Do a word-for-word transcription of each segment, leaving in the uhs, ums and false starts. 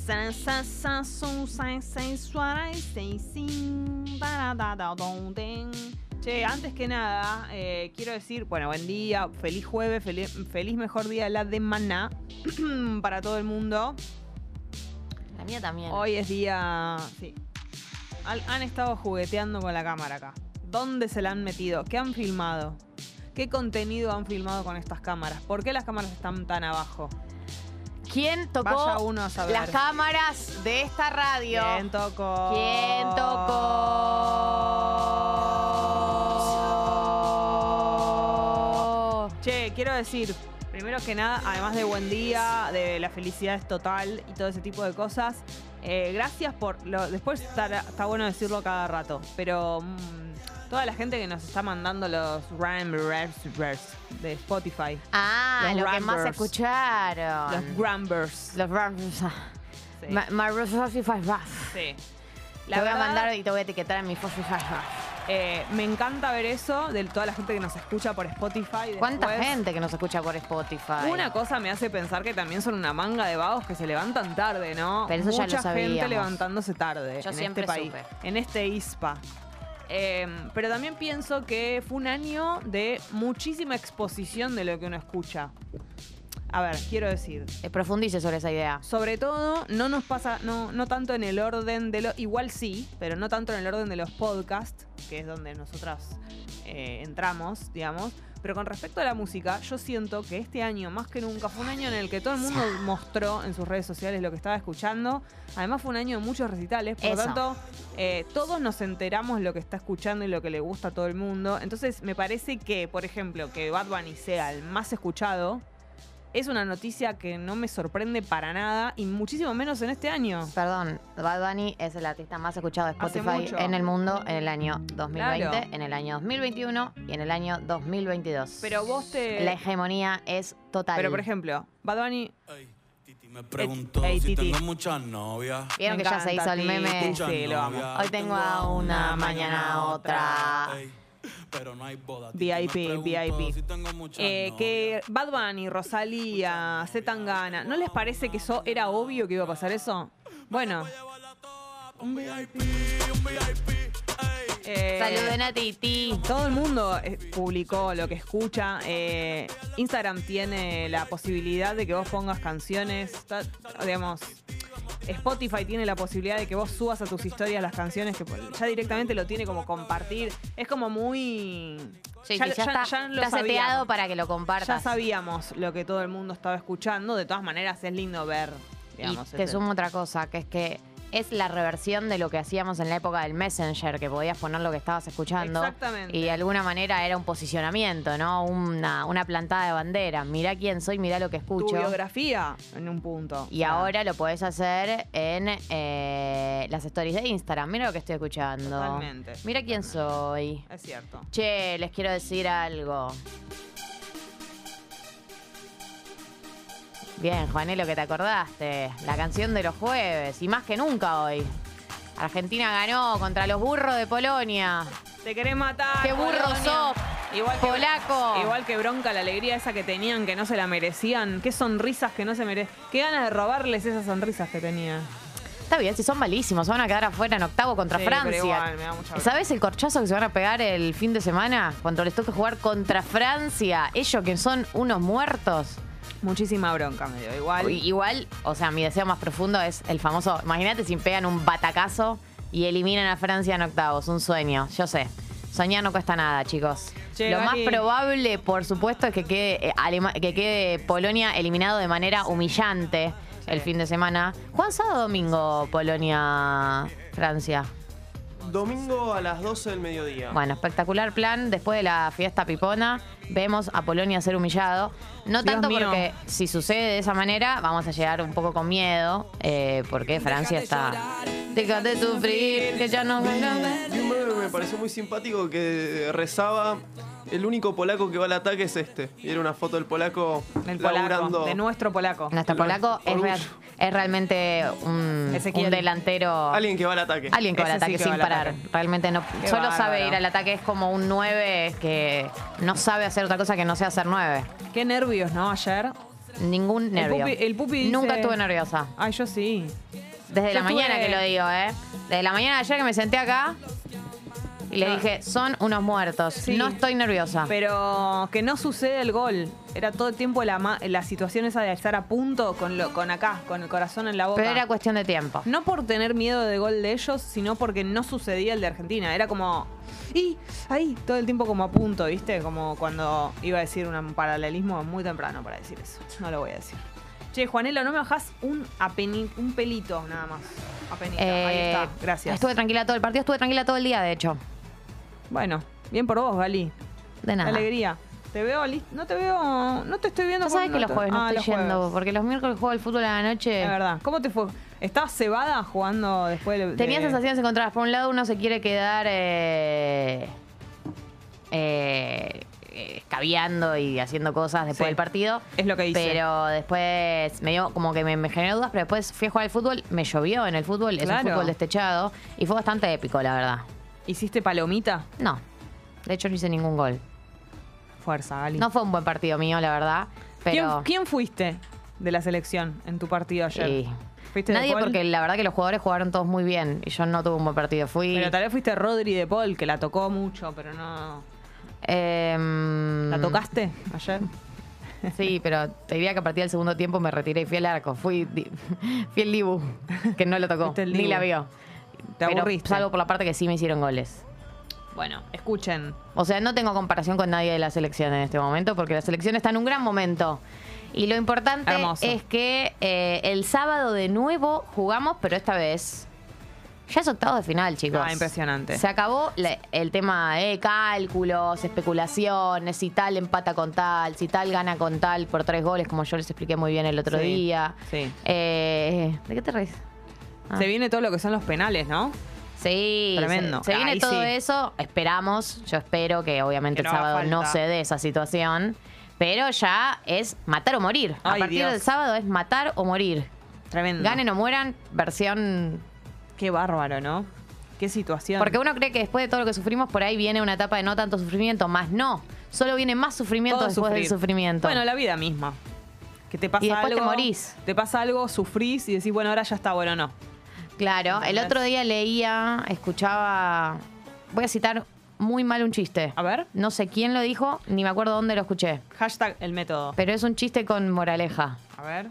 Che, antes que nada, eh, quiero decir, bueno, buen día, feliz jueves, feliz, feliz mejor día de la semana para todo el mundo. La mía también. Hoy es día... Sí. Al, han estado jugueteando con la cámara acá. ¿Dónde se la han metido? ¿Qué han filmado? ¿Qué contenido han filmado con estas cámaras? ¿Por qué las cámaras están tan abajo? ¿Quién tocó Vaya uno a saber. las cámaras de esta radio? ¿Quién tocó? ¿Quién tocó? Che, quiero decir, primero que nada, además de buen día, de la felicidad es total y todo ese tipo de cosas, eh, gracias por... Lo, después está, está bueno decirlo cada rato, pero... Mmm, toda la gente que nos está mandando los Rambers de Spotify. Ah, los lo Rambers. que más escucharon. Los Rambers. Los Rambers. Sí. My, my Spotify Rap. Sí. La voy a mandar y te voy a etiquetar en mi Spotify Rap. Eh, me encanta ver eso de toda la gente que nos escucha por Spotify. ¿Cuánta Después, gente que nos escucha por Spotify? Una cosa me hace pensar que también son una manga de vagos que se levantan tarde, ¿no? Pero eso ya Mucha lo sabíamos. gente levantándose tarde Yo en siempre este país, supe. en este I S P A. Eh, pero también pienso que fue un año de muchísima exposición de lo que uno escucha. A ver, quiero decir... Eh, profundice sobre esa idea. Sobre todo, no nos pasa, no, no tanto en el orden de los... Igual sí, pero no tanto en el orden de los podcasts, que es donde nosotras eh, entramos, digamos. Pero con respecto a la música, yo siento que este año, más que nunca, fue un año en el que todo el mundo mostró en sus redes sociales lo que estaba escuchando. Además, fue un año de muchos recitales. Por lo Eso. tanto, eh, todos nos enteramos lo que está escuchando y lo que le gusta a todo el mundo. Entonces, me parece que, por ejemplo, que Bad Bunny sea el más escuchado, es una noticia que no me sorprende para nada, y muchísimo menos en este año. Perdón, Bad Bunny es el artista más escuchado de Hace Spotify mucho. en el mundo en el año dos mil veinte, Claro. en el año dos mil veintiuno y en el año dos mil veintidós. Pero vos te... La hegemonía es total. Pero, por ejemplo, Bad Bunny... Ey, Titi me preguntó Ey, si Titi. tengo muchas novias. Vieron Me que ya se encanta, hizo el meme. Titi. Muchas Sí, lo amo. novias. Hoy tengo a una, mañana a otra. Ey, pero no hay boda. V I P, Titi me V I P. preguntó si tengo muchas Eh, que novias. Bad Bunny, Rosalía, Z Tangana, ¿no les parece que eso era obvio que iba a pasar eso? Bueno. Un V I P, un V I P. Ey. Eh, Saluden a Titi. Todo el mundo eh, publicó lo que escucha. Eh, Instagram tiene la posibilidad de que vos pongas canciones, ta- digamos... Spotify tiene la posibilidad de que vos subas a tus historias las canciones, que ya directamente lo tiene como compartir. Es como muy... Sí, ya, sí, ya- ya, está, ya lo está seteado sabíamos. para que lo compartas. Ya sabíamos lo que todo el mundo estaba escuchando. De todas maneras, es lindo ver, digamos. Y te ese- sumo otra cosa, que es que es la reversión de lo que hacíamos en la época del Messenger, que podías poner lo que estabas escuchando. Exactamente. Y de alguna manera era un posicionamiento, ¿no? Una, una plantada de bandera. Mirá quién soy, mirá lo que tu escucho. biografía en un punto. Y O sea, ahora lo podés hacer en eh, las stories de Instagram. Mira lo que estoy escuchando. Totalmente. Mira quién soy. Es cierto. Che, les quiero decir algo. Bien, Juanelo, que te acordaste. La canción de los jueves. Y más que nunca hoy. Argentina ganó contra los burros de Polonia. Te querés matar. ¡Qué burro Polonia. sos, Igual que, polaco! Igual que bronca la alegría esa que tenían, que no se la merecían. Qué sonrisas que no se merecían. Qué ganas de robarles esas sonrisas que tenían. Está bien, si son malísimos, se van a quedar afuera en octavo contra Sí, Francia. pero igual, me da mucha bronca. ¿Sabes el corchazo que se van a pegar el fin de semana cuando les toque jugar contra Francia? Ellos que son unos muertos. Muchísima bronca me dio. Igual. I- Igual, o sea, mi deseo más profundo es el famoso. Imagínate si pegan un batacazo y eliminan a Francia en octavos. Un sueño, yo sé. Soñar no cuesta nada, chicos. Che, Lo más Gali. probable, por supuesto, es que quede, eh, Alema- que quede Polonia eliminado de manera humillante el fin de semana. ¿Juan sábado o domingo Polonia, Francia? Domingo a las doce del mediodía. Bueno, espectacular plan. Después de la fiesta pipona, vemos a Polonia ser humillado. No Dios tanto mío. porque si sucede de esa manera, vamos a llegar un poco con miedo, eh, porque Francia está... Déjate sufrir, que ya no... Vi, vi un meme que me pareció muy simpático que rezaba: el único polaco que va al ataque es este. Y era una foto del polaco Del laburando. polaco. De nuestro polaco. Nuestro El polaco es, orgullo. real- es realmente un, Ezequiel. un delantero... Alguien que va al ataque. Alguien que va al Ese sí ataque que sin va al parar. ataque. Realmente no. Qué Solo sabe bárbaro. ir al ataque. Es como un nueve que no sabe hacer otra cosa que no sea hacer nueve. Qué nervios, ¿no? Ayer. Ningún El nervio. Pupi, el Pupi dice... Nunca estuve nerviosa. Ay, yo sí. Desde Yo la mañana estuve- que lo digo, ¿eh? Desde la mañana de ayer que me senté acá y le No. dije, son unos muertos. Sí. No estoy nerviosa. Pero que no sucede el gol. Era todo el tiempo la, ma- la situación esa de estar a punto con, lo, con acá, con el corazón en la boca. Pero era cuestión de tiempo. No por tener miedo de gol de ellos, sino porque no sucedía el de Argentina. Era como... Y ahí, todo el tiempo como a punto, ¿viste? Como cuando iba a decir un paralelismo muy temprano para decir eso. No lo voy a decir. Che, Juanelo, ¿no me bajás un, apeni- un pelito nada más? Apenita. Ahí Eh, está, gracias. Estuve tranquila todo el partido, estuve tranquila todo el día, de hecho. Bueno, bien por vos, Gali. De Qué nada. alegría. Te veo, lis- no te veo, no te estoy viendo. No sabes por- que los te- jueves no Ah, estoy los yendo, jueves. porque los miércoles juego al fútbol a la noche. Es verdad. ¿Cómo te fue? ¿Estabas cebada jugando después de...? Tenía de- sensaciones encontradas. Por un lado, uno se quiere quedar eh, eh, eh, escabeando y haciendo cosas después Sí. del partido. Es lo que hice. Pero después me dio como que me, me generó dudas, pero después fui a jugar al fútbol, me llovió en el fútbol, es Claro. un fútbol destechado y fue bastante épico, la verdad. ¿Hiciste palomita? No, de hecho no hice ningún gol. Fuerza, Gali. No fue un buen partido mío, la verdad, ¿Quién, pero... quién fuiste de la selección en tu partido ayer? Sí. ¿Fuiste de Nadie, Paul? porque la verdad que los jugadores jugaron todos muy bien y yo no tuve un buen partido. Fui... Pero tal vez fuiste Rodri de Paul, que la tocó mucho, pero no... Em, ¿La tocaste ayer? Sí, pero te diría que a partir del segundo tiempo me retiré y fui al arco. Fui, di- fui el Dibu, que no lo tocó, Fuiste el ni Dibu. la vio. Te Pero aburriste. salvo por la parte que sí me hicieron goles. Bueno, escuchen. O sea, no tengo comparación con nadie de la selección en este momento, porque la selección está en un gran momento. Y lo importante Hermoso. es que eh, el sábado de nuevo jugamos, pero esta vez ya es octavo de final, chicos. Ah, impresionante. Se acabó la- el tema de cálculos, especulaciones, si tal empata con tal, si tal gana con tal por tres goles, como yo les expliqué muy bien el otro Sí, día. sí. Eh, ¿De qué te reís? Ah. Se viene todo lo que son los penales, ¿no? Sí, Tremendo. Se, se viene Ahí todo sí. eso. Esperamos, yo espero que obviamente Que el no haga sábado no falta. se dé esa situación. Pero ya es matar o morir. A Ay, partir Dios. del sábado es matar o morir. Tremendo. Ganen o mueran, versión... Qué bárbaro, ¿no? Qué situación. Porque uno cree que después de todo lo que sufrimos, por ahí viene una etapa de no tanto sufrimiento, más no. Solo viene más sufrimiento Todo después sufrir. del sufrimiento. Bueno, la vida misma. Que te pasa Y después te algo. morís. Te pasa algo, sufrís y decís, bueno, ahora ya está, bueno, no. Claro, el ¿Entendés? otro día leía, escuchaba... Voy a citar muy mal un chiste. A ver. No sé quién lo dijo, ni me acuerdo dónde lo escuché. Hashtag el método. Pero es un chiste con moraleja. A ver.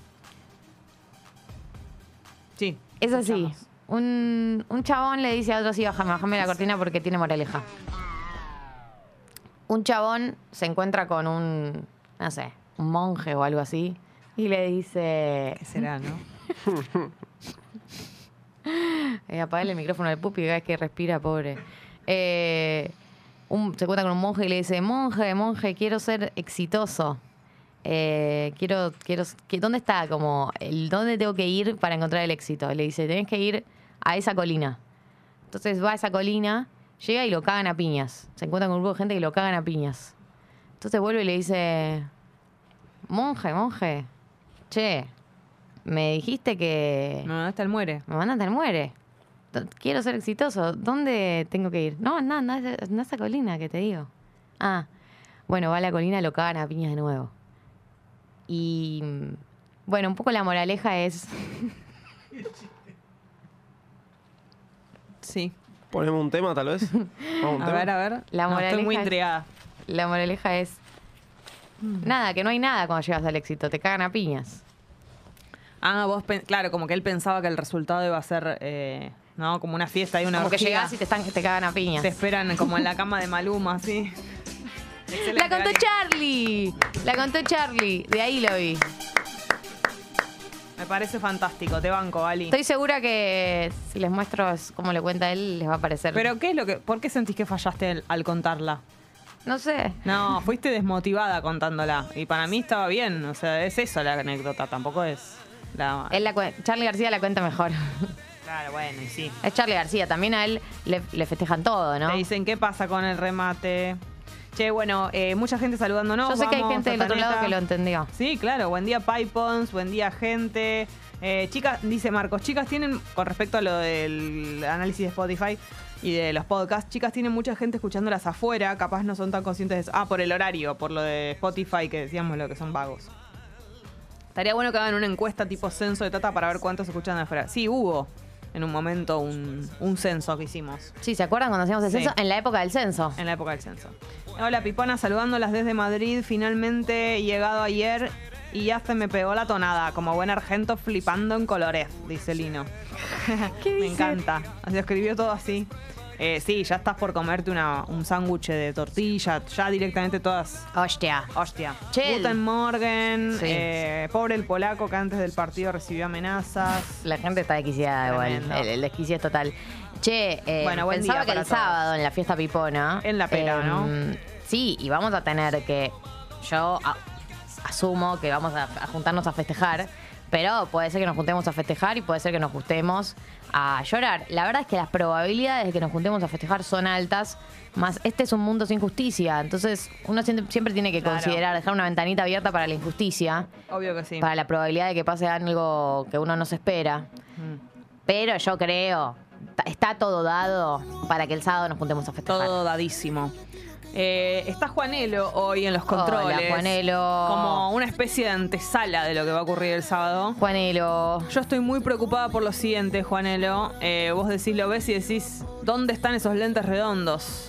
Sí. Es así. escuchamos. Un, un chabón le dice a otro así, bájame, bájame la cortina porque tiene moraleja. Un chabón se encuentra con un, no sé, un monje o algo así y le dice... ¿Qué será, no? Eh, apagale el micrófono al pupi, cada vez que respira, pobre. Eh, un- se encuentra con un monje y le dice, monje, monje, quiero ser exitoso. Eh, quiero, quiero, que- ¿dónde está? Como, el, ¿dónde tengo que ir para encontrar el éxito? Y le dice, tenés que ir a esa colina. Entonces va a esa colina, llega y lo cagan a piñas. Se encuentra con un grupo de gente que lo cagan a piñas. Entonces vuelve y le dice, monje, monje, che, me dijiste que... No, no, está el muere. Me mandan al muere. D- Quiero ser exitoso. ¿Dónde tengo que ir? No, no, no, no, no esa colina que te digo. Ah, bueno, va a la colina, lo cagan a piñas de nuevo. Y mm, bueno, un poco la moraleja es... Sí. Ponemos un tema, tal vez. Vamos a un A tema. ver, a ver. La No, estoy moraleja muy es- intrigada. La moraleja es... Nada, que no hay nada cuando llegas al éxito. Te cagan a piñas. Ah, vos, pen- claro, como que él pensaba que el resultado iba a ser, eh, ¿no? Como una fiesta y una Como que orgía. llegás y te, están, te cagan a piñas. Te esperan como en la cama de Maluma, así. Excelente, La contó Gali. Charlie. La contó Charlie. De ahí lo vi. Me parece fantástico, te banco, Ali. Estoy segura que si les muestro cómo le cuenta él, les va a parecer. Pero ¿qué es lo que, por qué sentís que fallaste al, al contarla? No sé. No, fuiste desmotivada contándola. Y para mí estaba bien, o sea, es eso la anécdota, tampoco es la... Él la cuen- Charlie García la cuenta mejor. Claro, bueno, y sí. Es Charlie García. También a él le, le festejan todo, ¿no? Te dicen qué pasa con el remate. Che, bueno, eh, mucha gente saludándonos. Yo sé que hay Vamos, gente del otro lado Sataneta. que lo entendió. Sí, claro. Buen día, Pipons. Buen día, gente. Eh, chicas, dice Marcos, chicas tienen, con respecto a lo del análisis de Spotify y de los podcasts, chicas tienen mucha gente escuchándolas afuera, capaz no son tan conscientes de eso. Ah, por el horario, por lo de Spotify que decíamos lo que son vagos. Estaría bueno que hagan una encuesta tipo censo de Tata para ver cuántos escuchan de afuera. Sí, hubo en un momento un, un censo que hicimos. Sí, ¿se acuerdan cuando hacíamos el Sí. censo? En la época del censo. En la época del censo. Hola, Pipona, saludándolas desde Madrid. Finalmente he llegado ayer y ya se me pegó la tonada. Como buen argento flipando en colores, dice Lino. ¿Qué Me dice? encanta. Así escribió todo así. Eh, sí, ya estás por comerte una, un sándwich de tortilla. Ya directamente todas. Hostia. Hostia. Che, Guten Morgen. Sí. eh, pobre el polaco que antes del partido recibió amenazas. La gente está desquiciada igual. Tremendo. El, el desquicio es total. Che, eh, Bueno, buen pensaba día que para el todos. sábado en la fiesta Pipona. En la pera, ¿no? Sí, y vamos a tener que. Yo a- asumo que vamos a, a juntarnos a festejar. Pero puede ser que nos juntemos a festejar y puede ser que nos juntemos a llorar. La verdad es que las probabilidades de que nos juntemos a festejar son altas. Más este es un mundo sin justicia. Entonces uno siempre, siempre tiene que Claro. considerar, dejar una ventanita abierta para la injusticia. Obvio que sí. Para la probabilidad de que pase algo que uno no se espera. Mm. Pero yo creo, ta- está todo dado para que el sábado nos juntemos a festejar. Todo dadísimo. Eh, está Juanelo hoy en los controles. Hola, Juanelo. Como una especie de antesala de lo que va a ocurrir el sábado. Juanelo. Yo estoy muy preocupada por lo siguiente, Juanelo. Eh, vos decís, lo ves y decís, ¿dónde están esos lentes redondos?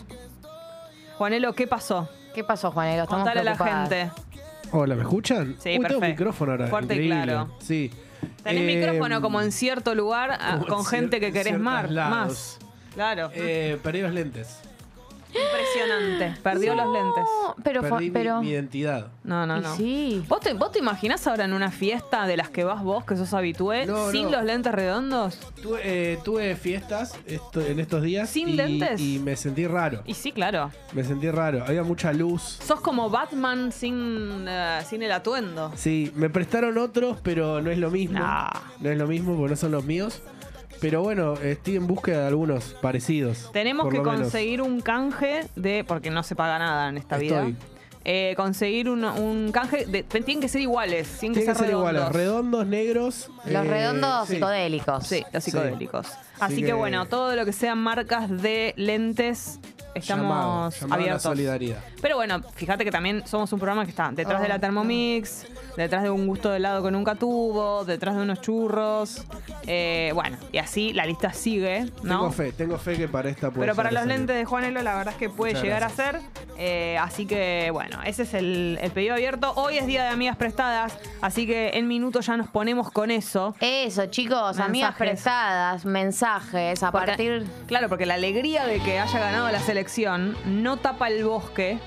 Juanelo, ¿qué pasó? ¿Qué pasó, Juanelo? Estamos Contale a la preocupadas. gente. Hola, ¿me escuchan? Sí, Uy, tengo perfecto. micrófono ahora. Fuerte y increíble. claro. Sí. Tenés Eh, micrófono como en cierto lugar ah, como en con gente cier- que querés ciertos mar, lados. más. Claro. Eh, perdí los lentes. Impresionante. Perdió los lentes. No, pero, fue- Perdí mi- pero... mi, identidad. No, no, y no. sí. ¿Vos te, ¿Vos te imaginás ahora en una fiesta de las que vas vos, que sos habitué, No, sin no. los lentes redondos? Tuve, eh, tuve fiestas esto- en estos días. ¿Sin y, lentes? Y me sentí raro. Y sí, claro. Me sentí raro. Había mucha luz. Sos como Batman sin, eh, sin el atuendo. Sí, me prestaron otros, pero no es lo mismo. Nah. No es lo mismo porque no son los míos. Pero bueno, estoy en búsqueda de algunos parecidos. Tenemos por que lo menos. conseguir un canje de. Porque no se paga nada en esta Estoy. vida. Eh, conseguir un, un canje. De, tienen que ser iguales. Tienen que Tienen ser que ser redondos. iguales. Redondos, negros. Los eh, redondos sí. psicodélicos. Sí, los Sí. psicodélicos. Así Así que, que- bueno, todo lo que sean marcas de lentes. Estamos Llamado, llamado a la abiertos. solidaridad. Pero bueno, fíjate que también somos un programa que está detrás Oh, de la Thermomix, detrás de un gusto de helado que nunca tuvo, detrás de unos churros. Eh, bueno, y así la lista sigue, ¿no? Tengo fe, tengo fe que para esta puede Pero para llegar a los salir. lentes de Juanelo, la verdad es que puede Muchas llegar gracias. a ser. Eh, así que, bueno, ese es el, el pedido abierto. Hoy es día de amigas prestadas, así que en minutos ya nos ponemos con eso. Eso, chicos, amigas Mensajes. prestadas, mensajes, a Porque- partir... Claro, porque la alegría de que haya ganado la selección no tapa el bosque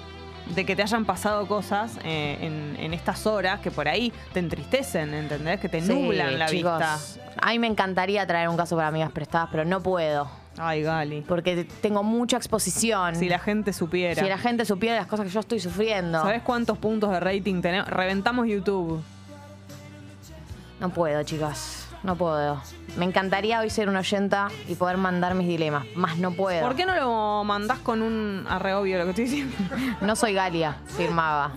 de que te hayan pasado cosas eh, en, en estas horas que por ahí te entristecen, ¿entendés? Que te Sí, nublan la chicos. vista. A mí me encantaría traer un caso para amigas prestadas, pero no puedo. Ay, Gali. Porque tengo mucha exposición. Si la gente supiera. Si la gente supiera las cosas que yo estoy sufriendo. ¿Sabés cuántos puntos de rating tenemos? Reventamos YouTube. No puedo, chicos. No puedo. Me encantaría hoy ser una oyenta y poder mandar mis dilemas. Más no puedo. ¿Por qué no lo mandás con un arre obvio lo que estoy diciendo? No soy Galia, firmaba.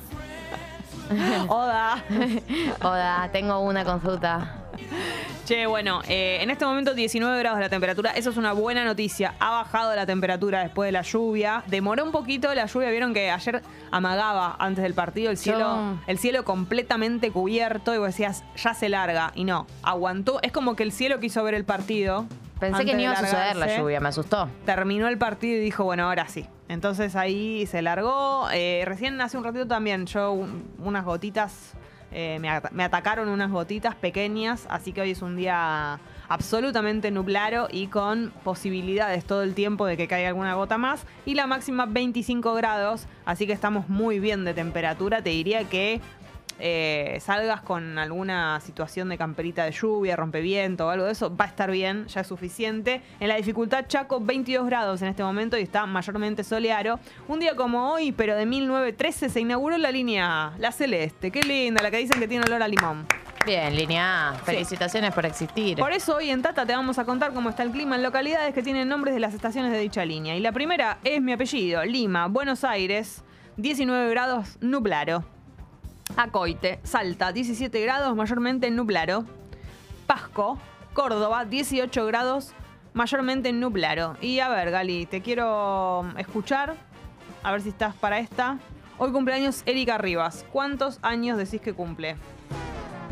Oda. Oda, tengo una consulta. Che, bueno, eh, en este momento diecinueve grados la temperatura. Eso es una buena noticia. Ha bajado la temperatura después de la lluvia. Demoró un poquito la lluvia. Vieron que ayer amagaba antes del partido el cielo, Yo- el cielo completamente cubierto. Y vos decías, ya se larga. Y no, aguantó. Es como que el cielo quiso ver el partido. Pensé antes que no de iba a suceder la largarse. lluvia, me asustó. Terminó el partido y dijo, bueno, ahora sí. Entonces ahí se largó. Eh, recién hace un ratito también yo un- unas gotitas, eh, me, at- me atacaron unas gotitas pequeñas, así que hoy es un día absolutamente nublado y con posibilidades todo el tiempo de que caiga alguna gota más. Y la máxima veinticinco grados, así que estamos muy bien de temperatura. Te diría que eh, salgas con alguna situación de camperita de lluvia, rompeviento o algo de eso, va a estar bien, ya es suficiente. En la dificultad Chaco, veintidós grados en este momento y está mayormente soleado. Un día como hoy, pero de mil novecientos trece, se inauguró la línea A, la celeste. Qué linda, la que dicen que tiene olor a limón. Bien, línea A. Felicitaciones por existir. Por eso hoy en Tata te vamos a contar cómo está el clima en localidades que tienen nombres de las estaciones de dicha línea. Y la primera es mi apellido, Lima, Buenos Aires, diecinueve grados, nublado. Acoite, Salta, diecisiete grados, mayormente nublado. Pasco, Córdoba, dieciocho grados, mayormente nublado. Y a ver, Gali, te quiero escuchar, a ver si estás para esta. Hoy cumpleaños Erika Rivas. ¿Cuántos años decís que cumple?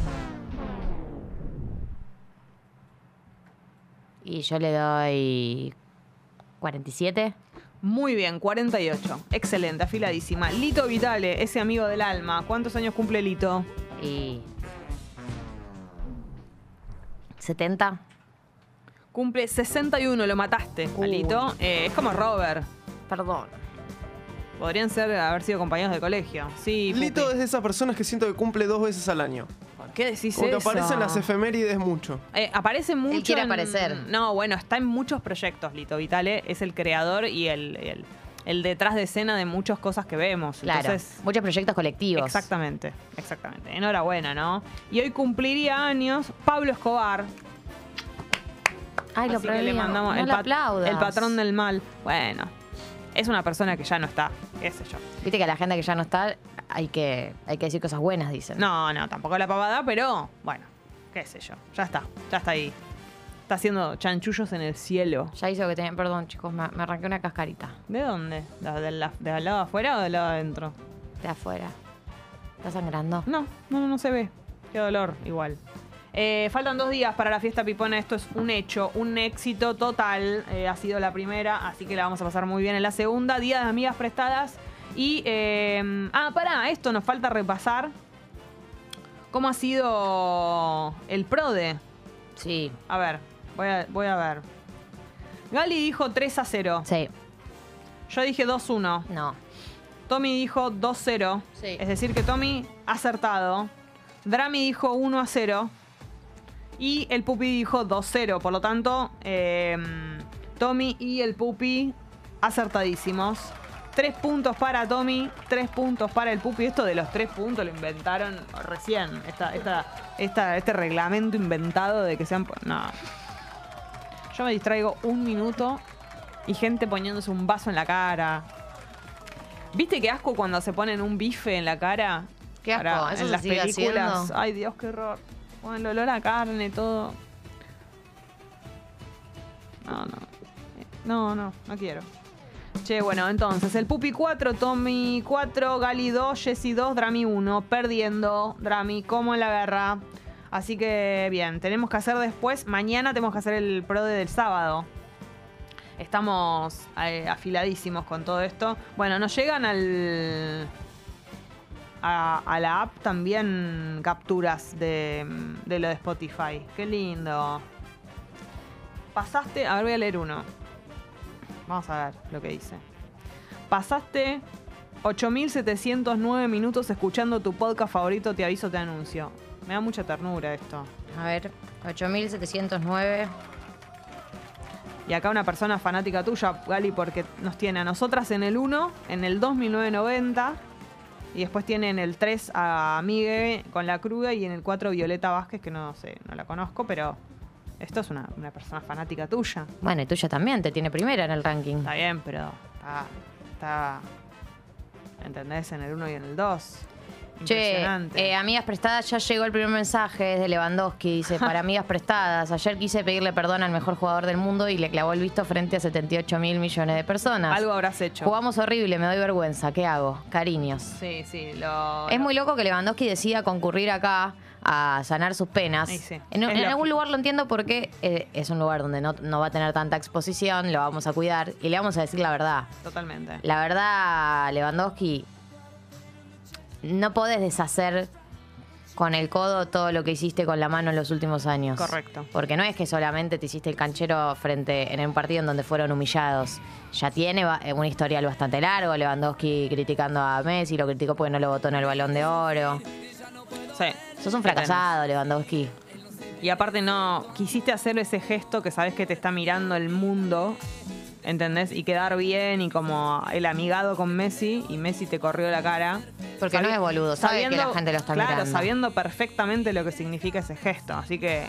Y yo le doy cuarenta y siete. Muy bien, cuarenta y ocho. Excelente, afiladísima. Lito Vitale, ese amigo del alma. ¿Cuántos años cumple Lito? Y... setenta. Cumple sesenta y uno, lo mataste, Uy. Lito. Eh, es como Robert. Perdón. Podrían ser, haber sido compañeros de colegio. Sí, Lito Pupi. es de esas personas que siento que cumple dos veces al año. ¿Por qué decís Como que eso? aparece en las efemérides mucho. Eh, aparece mucho. quiere en- aparecer. No, bueno, está en muchos proyectos, Lito Vitale. Es el creador y el, el, el detrás de escena de muchas cosas que vemos. Claro. Entonces, Muchos proyectos colectivos. exactamente, exactamente. Enhorabuena, ¿no? Y hoy cumpliría años Pablo Escobar. Ay, lo Así que le aplaudí. mandamos No el, lo pat- aplaudas. el patrón del mal. Bueno, es una persona que ya no está, qué sé yo. Viste que a la gente que ya no está hay que, hay que decir cosas buenas, dicen. No, no, tampoco la pavada, pero bueno, qué sé yo. Ya está, ya está ahí. Está haciendo chanchullos en el cielo. Ya hizo que tenía... Perdón, chicos, me, me arranqué una cascarita ¿De dónde? ¿De, de la- de al lado de afuera o del lado de adentro? de afuera. ¿Está sangrando? No, no, no, no se ve. Qué dolor, igual. Eh, faltan dos días para la fiesta pipona. Esto es un hecho, un éxito total. Eh, ha sido la primera, así que la vamos a pasar muy bien en la segunda. Día de amigas prestadas. Y. eh, ah, pará, esto nos falta repasar. ¿Cómo ha sido el PRODE? Sí. A ver, voy a, voy a ver. Gali dijo tres a cero. Sí. Yo dije dos uno. No. Tommy dijo dos cero. Sí. Es decir, que Tommy ha acertado. Drami dijo uno a cero. Y el Pupi dijo dos cero. Por lo tanto, eh, Tommy y el Pupi acertadísimos. Tres puntos para Tommy, tres puntos para el Pupi. Esto de los tres puntos lo inventaron recién. Esta, esta, esta, este reglamento inventado de que sean... No. Yo me distraigo un minuto y gente poniéndose un vaso en la cara. ¿Viste qué asco cuando se ponen un bife en la cara? Qué asco, Para- eso en se las sigue películas. haciendo. Ay, Dios, qué horror. Con el olor a carne, todo. No, no. No, no, no quiero. Che, bueno, entonces, el Pupi cuatro, Tommy cuatro, Gali dos, Jessy dos, Drami uno. Perdiendo, Drami, como en la guerra. Así que, bien, tenemos que hacer después. Mañana tenemos que hacer el PRODE del sábado. Estamos eh, afiladísimos con todo esto. Bueno, nos llegan al... A, a la app también capturas de, de lo de Spotify. Qué lindo. Pasaste... A ver, voy a leer uno. Vamos a ver lo que dice. Pasaste ocho mil setecientos nueve minutos escuchando tu podcast favorito, te aviso, te anuncio. Me da mucha ternura esto. A ver, ocho mil setecientos nueve. Y acá una persona fanática tuya, Gali, porque nos tiene a nosotras en el uno, en el dos, mil novecientos noventa. Y después tiene en el tres a Migue con la cruda y en el cuatro Violeta Vázquez, que no sé, no la conozco, pero esto es una, una persona fanática tuya. Bueno, y tuya también, te tiene primera en el ranking. Está bien, pero está, está ¿entendés? En el uno y en el dos. Che, Impresionante. eh, amigas prestadas, ya llegó el primer mensaje, es de Lewandowski. Dice, para amigas prestadas, ayer quise pedirle perdón al mejor jugador del mundo y le clavó el visto frente a setenta y ocho mil millones de personas. Algo habrás hecho. Jugamos horrible, me doy vergüenza, ¿qué hago? Cariños. Sí, sí. Lo, Es lo- muy loco que Lewandowski decida concurrir acá a sanar sus penas. Ay, sí. En, Es en lógico. algún lugar lo entiendo porque eh, es un lugar donde no, no va a tener tanta exposición, lo vamos a cuidar y le vamos a decir la verdad. Totalmente. La verdad, Lewandowski, no podés deshacer con el codo todo lo que hiciste con la mano en los últimos años. Correcto. Porque no es que solamente te hiciste el canchero frente en un partido en donde fueron humillados. Ya tiene ba- un historial bastante largo. Lewandowski criticando a Messi, lo criticó porque no lo votó en el Balón de Oro. Sí. Sos un fracasado, Lewandowski. Y aparte no, quisiste hacer ese gesto que sabes que te está mirando el mundo, ¿entendés? Y quedar bien y como el amigado con Messi y Messi te corrió la cara. Porque no es boludo, sabe que la gente lo está claro, mirando. sabiendo perfectamente lo que significa ese gesto. Así que,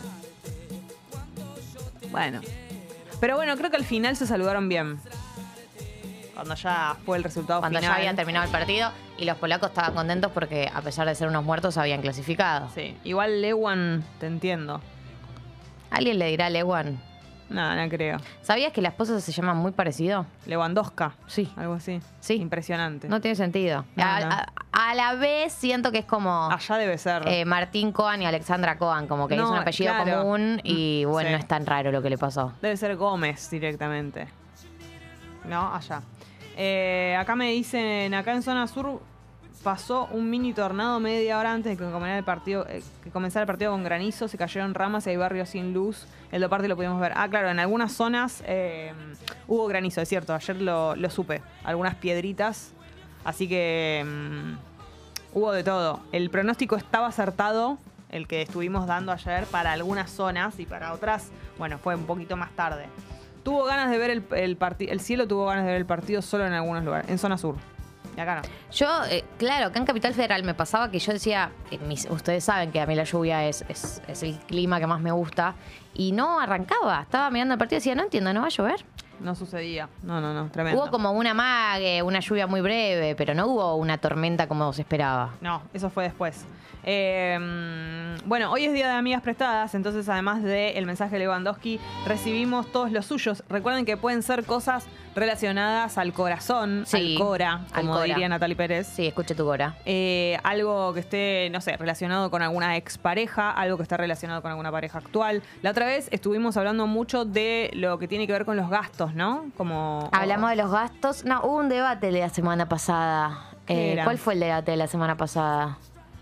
bueno. Pero bueno, creo que al final se saludaron bien. Cuando ya fue el resultado Cuando final. ya había terminado el partido y los polacos estaban contentos porque a pesar de ser unos muertos habían clasificado. Sí, igual Lewan, te entiendo. ¿Alguien le dirá a Lewan? No, no creo. ¿Sabías que la esposa se llama muy parecido? Lewandowska. Sí. Algo así. Sí. Impresionante. No tiene sentido. No, A- no. a- a la vez siento que es como Allá debe ser. eh, Martín Coan y Alexandra Coan, como que No, es un apellido claro. común y bueno, Sí. no es tan raro lo que le pasó. Debe ser Gómez directamente. No, allá. Eh, acá me dicen, acá en zona sur pasó un mini tornado media hora antes de que comenzara el partido, eh, que comenzara el partido con granizo, se cayeron ramas y hay barrios sin luz. El de parte lo pudimos ver. Ah, claro, en algunas zonas eh, hubo granizo, es cierto, ayer lo, lo supe. Algunas piedritas. Así que mm, hubo de todo. El pronóstico estaba acertado, el que estuvimos dando ayer para algunas zonas y para otras, bueno, fue un poquito más tarde. Tuvo ganas de ver el, el partido, el cielo tuvo ganas de ver el partido solo en algunos lugares, en zona sur. Y acá no. Yo, eh, claro, acá en Capital Federal me pasaba que yo decía, que mis- ustedes saben que a mí la lluvia es, es, es el clima que más me gusta, y no arrancaba. Estaba mirando el partido y decía, no entiendo, ¿no va a llover? No sucedía. No, no, no, tremendo. Hubo como una mague, una lluvia muy breve, pero no hubo una tormenta como se esperaba. No, eso fue después. Eh, bueno, hoy es Día de Amigas Prestadas, entonces además del mensaje de Lewandowski, recibimos todos los suyos. Recuerden que pueden ser cosas relacionadas al corazón, Sí, al cora, al como cora. diría Natalie Pérez. Sí, escuche tu cora. Eh, algo que esté, no sé, relacionado con alguna expareja, algo que esté relacionado con alguna pareja actual. La otra vez estuvimos hablando mucho de lo que tiene que ver con los gastos, ¿no? Como Hablamos de los gastos. No, hubo un debate de la semana pasada. ¿Qué Eh, era? ¿Cuál fue el debate de la semana pasada?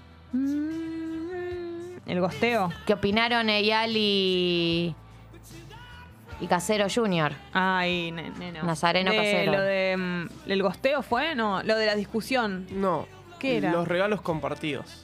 Mm, el gosteo. ¿Qué opinaron Eyal y, y Casero junior? Ay, ne- neno. Nazareno De Casero. Lo de mm, el gosteo fue, no, lo de la discusión. No. ¿Qué era? Los regalos compartidos.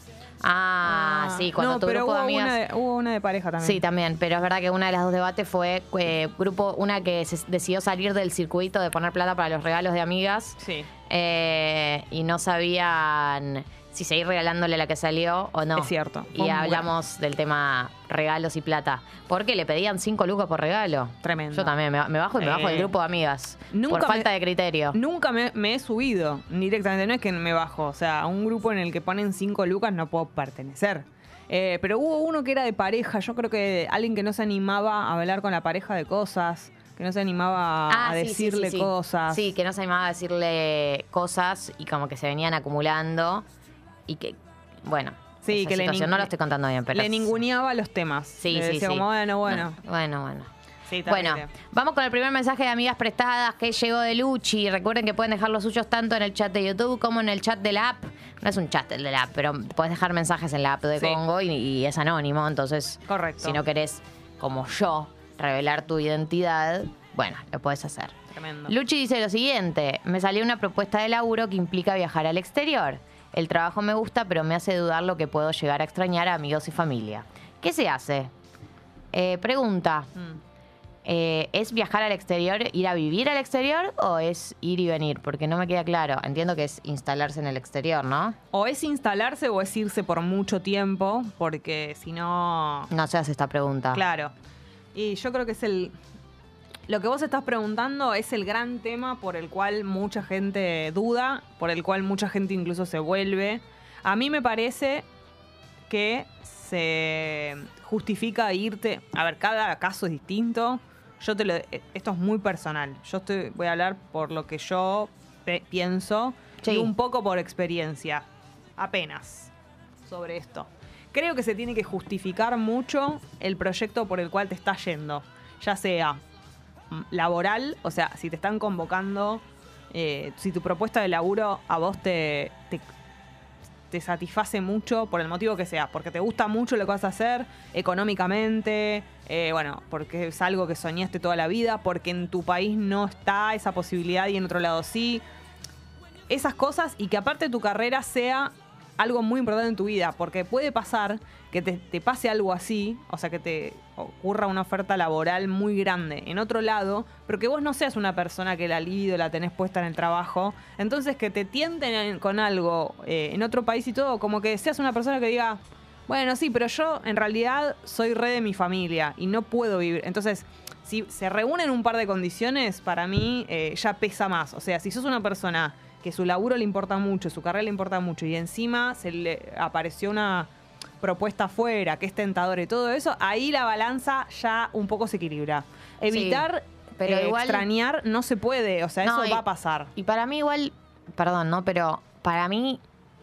Ah, sí, cuando no, tu pero grupo hubo de amigas... una de, hubo una de pareja también. Sí, también, pero es verdad que una de las dos debates fue eh, grupo, una que se decidió salir del circuito de poner plata para los regalos de amigas Sí. eh, y no sabían si seguir regalándole a la que salió o no. Es cierto. Fue Y muy hablamos del tema regalos y plata. Porque le pedían cinco lucas por regalo. Tremendo. Yo también, me, me bajo y me bajo Eh, del grupo de amigas. nunca por me- falta de criterio. Nunca me, me he subido directamente, no es que me bajo. O sea, a un grupo en el que ponen cinco lucas no puedo pertenecer. Eh, pero hubo uno que era de pareja. Yo creo que alguien que no se animaba a hablar con la pareja de cosas, que no se animaba a Ah, sí, sí, decirle sí, sí. cosas. Sí, que no se animaba a decirle cosas y como que se venían acumulando. Y que, bueno, Sí, esa que le situación nin- no lo estoy contando bien, pero le es- ninguneaba los temas. Sí, Le sí, decía sí. como, bueno, bueno. No, bueno, bueno. Sí, Bueno, terrible. vamos con el primer mensaje de amigas prestadas que llegó de Luchi. Recuerden que pueden dejar los suyos tanto en el chat de YouTube como en el chat de la app. No es un chat el de la app, pero puedes dejar mensajes en la app de Sí. Congo y, y es anónimo. Entonces, Correcto. si no querés, como yo, revelar tu identidad, bueno, lo puedes hacer. Tremendo. Luchi dice lo siguiente: me salió una propuesta de laburo que implica viajar al exterior. El trabajo me gusta, pero me hace dudar lo que puedo llegar a extrañar a amigos y familia. ¿Qué se hace? Eh, pregunta. Mm. Eh, ¿Es viajar al exterior, ir a vivir al exterior o es ir y venir? Porque no me queda claro. Entiendo que es instalarse en el exterior, ¿no? O es instalarse o es irse por mucho tiempo, porque si no... No se hace esta pregunta. Claro. Y yo creo que es el... Lo que vos estás preguntando es el gran tema por el cual mucha gente duda, por el cual mucha gente incluso se vuelve. A mí me parece que se justifica irte... A ver, cada caso es distinto. Yo te lo... Esto es muy personal. Yo estoy, voy a hablar por lo que yo pe- pienso Sí. y un poco por experiencia. Apenas. Sobre esto. Creo que se tiene que justificar mucho el proyecto por el cual te estás yendo. Ya sea mm, laboral, o sea, si te están convocando, eh, si tu propuesta de laburo a vos te, te, te satisface mucho por el motivo que sea, porque te gusta mucho lo que vas a hacer, económicamente, eh, bueno, porque es algo que soñaste toda la vida, porque en tu país no está esa posibilidad y en otro lado sí. Esas cosas, y que aparte tu carrera sea algo muy importante en tu vida, porque puede pasar que te, te pase algo así, o sea, que te ocurra una oferta laboral muy grande en otro lado, pero que vos no seas una persona que la libido la tenés puesta en el trabajo, entonces que te tienten en- con algo eh, en otro país y todo, como que seas una persona que diga, bueno, sí, pero yo en realidad soy re de mi familia y no puedo vivir. Entonces, si se reúnen un par de condiciones, para mí eh, ya pesa más. O sea, si sos una persona que su laburo le importa mucho, su carrera le importa mucho y encima se le apareció una propuesta afuera que es tentadora y todo eso, ahí la balanza ya un poco se equilibra. Evitar pero eh, igual- extrañar no se puede, o sea, No, eso y- va a pasar. Y para mí igual, perdón, ¿no? Pero para mí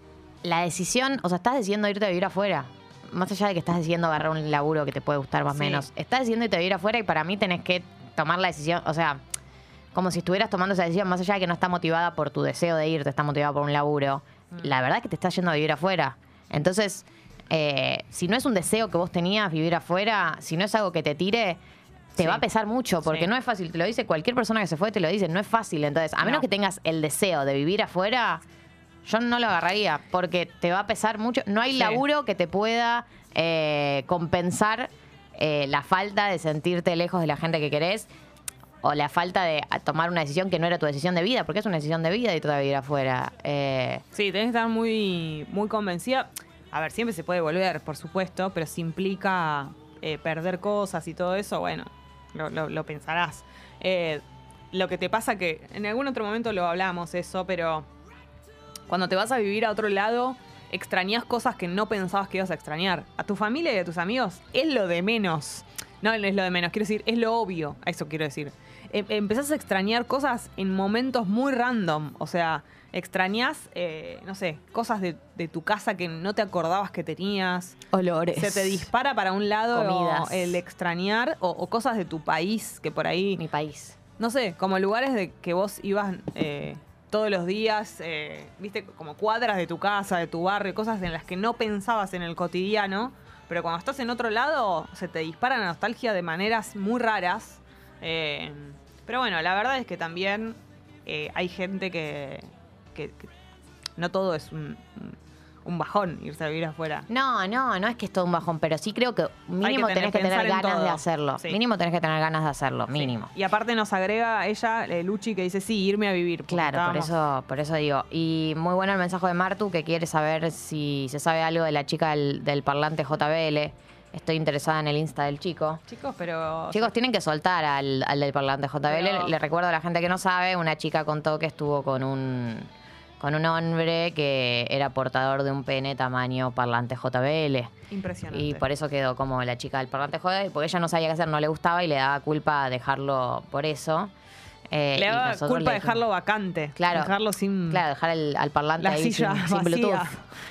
la decisión, o sea, estás decidiendo irte a vivir afuera. Más allá de que estás decidiendo agarrar un laburo que te puede gustar más o Sí. menos. Estás decidiendo irte a vivir afuera y para mí tenés que tomar la decisión, o sea, como si estuvieras tomando esa decisión, más allá de que no está motivada por tu deseo de irte, está motivada por un laburo. Mm. La verdad es que te estás yendo a vivir afuera. Entonces, eh, si no es un deseo que vos tenías vivir afuera, si no es algo que te tire, te Sí. va a pesar mucho, porque Sí. no es fácil. Te lo dice cualquier persona que se fue, te lo dice, no es fácil. Entonces, a menos No. que tengas el deseo de vivir afuera, yo no lo agarraría, porque te va a pesar mucho. No hay Sí. laburo que te pueda eh, compensar eh, la falta de sentirte lejos de la gente que querés o la falta de tomar una decisión que no era tu decisión de vida, porque es una decisión de vida irte a vivir afuera. Eh, Sí, tenés que estar muy, muy convencida. A ver, siempre se puede volver, por supuesto, pero si implica eh, perder cosas y todo eso, bueno, lo, lo- lo pensarás. Eh, lo que te pasa que en algún otro momento lo hablamos eso, pero cuando te vas a vivir a otro lado, extrañas cosas que no pensabas que ibas a extrañar. A tu familia y a tus amigos es lo de menos. No, no es lo de menos, quiero decir, es lo obvio, a eso quiero decir. Em- empezás a extrañar cosas en momentos muy random, o sea, extrañas, eh, no sé, cosas de, de tu casa que no te acordabas que tenías. olores. Se te dispara para un lado Comidas. el extrañar o, o cosas de tu país que por ahí, Mi país. no sé, como lugares de que vos ibas eh, todos los días, eh, viste, como cuadras de tu casa, de tu barrio, cosas en las que no pensabas en el cotidiano, pero cuando estás en otro lado se te dispara la nostalgia de maneras muy raras. Eh, pero bueno, la verdad es que también eh, hay gente que, que- que no todo es un, un- un bajón irse a vivir afuera. No, no, no es que es todo un bajón, pero sí creo que mínimo tener- tenés que tener pensar en ganas de todo. hacerlo. Sí. Mínimo tenés que tener ganas de hacerlo, Sí. mínimo. Y aparte nos agrega ella, eh, Luchi, que dice, sí, irme a vivir. porque Claro, por estábamos- eso, por eso digo. Y muy bueno el mensaje de Martu, que quiere saber si se sabe algo de la chica del, del parlante J B L. Estoy interesada en el Insta del chico. Chicos, pero... Chicos, tienen que soltar al, al del parlante J B L. Pero- Le recuerdo a la gente que no sabe, una chica contó que estuvo con un con un hombre que era portador de un pene tamaño parlante J B L. Impresionante. Y por eso quedó como la chica del parlante J B L, porque ella no sabía qué hacer, no le gustaba y le daba culpa dejarlo por eso. Eh, Le y da nosotros culpa le dijimos- dejarlo vacante. Claro. Dejarlo sin... Claro, dejar el, al parlante La ahí silla sin, sin vacía. Bluetooth.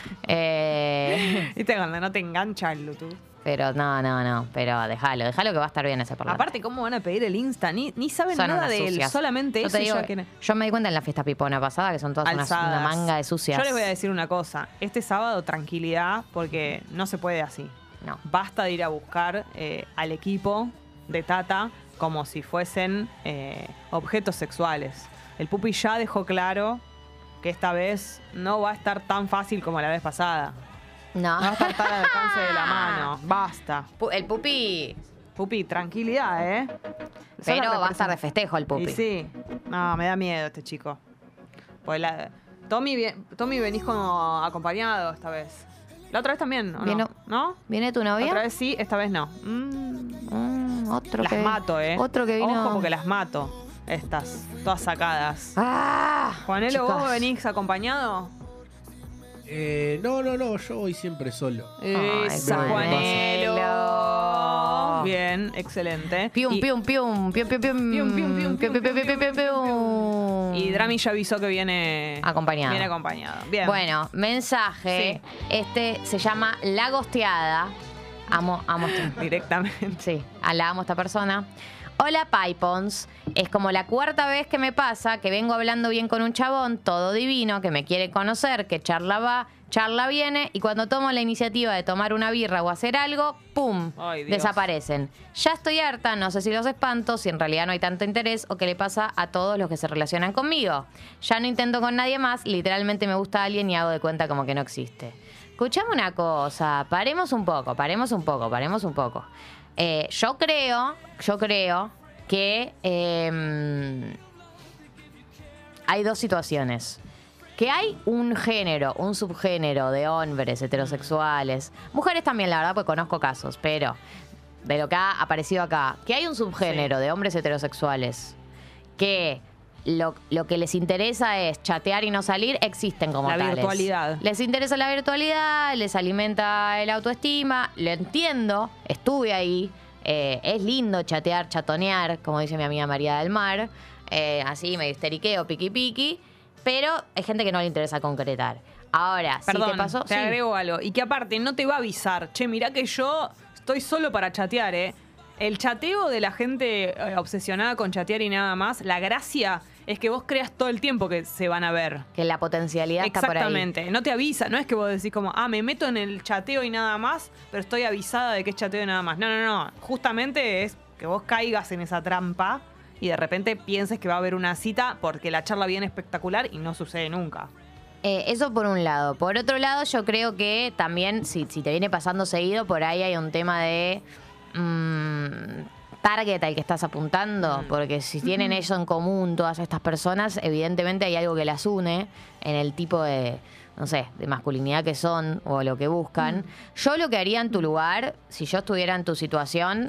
Eh, ¿Viste cuando no te engancha el Bluetooth? pero no, no, no. Pero déjalo, déjalo que va a estar bien ese parlante. Aparte, ¿cómo van a pedir el Insta? Ni, ni saben Son nada unas de él. sucias. Solamente Yo eso te y digo, ya quieren- yo me di cuenta en la fiesta pipona pasada que son todas unas- una Alzadas. manga de sucias. Yo les voy a decir una cosa. Este sábado, tranquilidad, porque no se puede así. No. Basta de ir a buscar eh, al equipo de Tata como si fuesen eh, objetos sexuales. El Pupi ya dejó claro que esta vez no va a estar tan fácil como la vez pasada. No. No va a estar tan al alcance de la mano. Basta. Pu- El pupi. Pupi, tranquilidad, ¿eh? Sos la Pero va a estar de represent- festejo el pupi. Y sí. No, me da miedo este chico. Pues la... Tommy, vie- Tommy venís como acompañado esta vez. La otra vez también, ¿o no? Vino- ¿No? ¿Viene tu La novia? otra vez sí, esta vez no. Mm, Mm, otro las que mato, ¿eh? Otro que vino. Ojo porque las mato. Estas, todas sacadas. ¡Ah! Juanelo, ¿vos chicos. venís acompañado? Eh, no, no, no, yo voy siempre solo. Esa, bueno, Juanelo. Bien, excelente. Pium, Y- pium, pium, pium, pium, pium, Pium, pium, pium, pium, pium, pium, pium, pium, pium, pium. Y Drami ya avisó que viene Acompañado. Viene acompañado. Bien. Bueno, mensaje. Este se llama La Gosteada. Amo, amo este- Directamente. Sí, a la amo a esta persona. Hola, Pipons. Es como la cuarta vez que me pasa que vengo hablando bien con un chabón, todo divino, que me quiere conocer, que charla va, charla viene, y cuando tomo la iniciativa de tomar una birra o hacer algo, ¡pum! Ay, Dios. Desaparecen. Ya estoy harta, no sé si los espanto, si en realidad no hay tanto interés o qué le pasa a todos los que se relacionan conmigo. Ya no intento con nadie más, literalmente me gusta alguien y hago de cuenta como que no existe. Escuchame una cosa, paremos un poco, paremos un poco, paremos un poco. Eh, yo creo, yo creo que eh, hay dos situaciones. Que hay un género, un subgénero de hombres heterosexuales, mujeres también, la verdad, porque conozco casos, pero de lo que ha aparecido acá, que hay un subgénero de hombres heterosexuales que lo, lo que les interesa es chatear y no salir, existen como La tales. virtualidad. Les interesa la virtualidad, les alimenta el autoestima, lo entiendo, estuve ahí, eh, es lindo chatear, chatonear, como dice mi amiga María del Mar, eh, así me histeriqueo, piqui piqui, pero hay gente que no le interesa concretar. Ahora, Perdón, si te pasó... te sí. agrego algo. Y que aparte no te va a avisar. Che, mirá que yo estoy solo para chatear, ¿eh? El chateo de la gente eh, obsesionada con chatear y nada más, la gracia es que vos creas todo el tiempo que se van a ver. Que la potencialidad está por ahí. Exactamente. No te avisa. No es que vos decís como, ah, me meto en el chateo y nada más, pero estoy avisada de que es chateo y nada más. No, no, no. Justamente es que vos caigas en esa trampa y de repente pienses que va a haber una cita porque la charla viene espectacular y no sucede nunca. Eh, eso por un lado. Por otro lado, yo creo que también, si, si te viene pasando seguido, por ahí hay un tema de mmm, target al que estás apuntando. Mm. Porque si tienen eso en común todas estas personas, evidentemente hay algo que las une en el tipo de, no sé, de masculinidad que son o lo que buscan. Mm. Yo lo que haría en tu lugar, si yo estuviera en tu situación,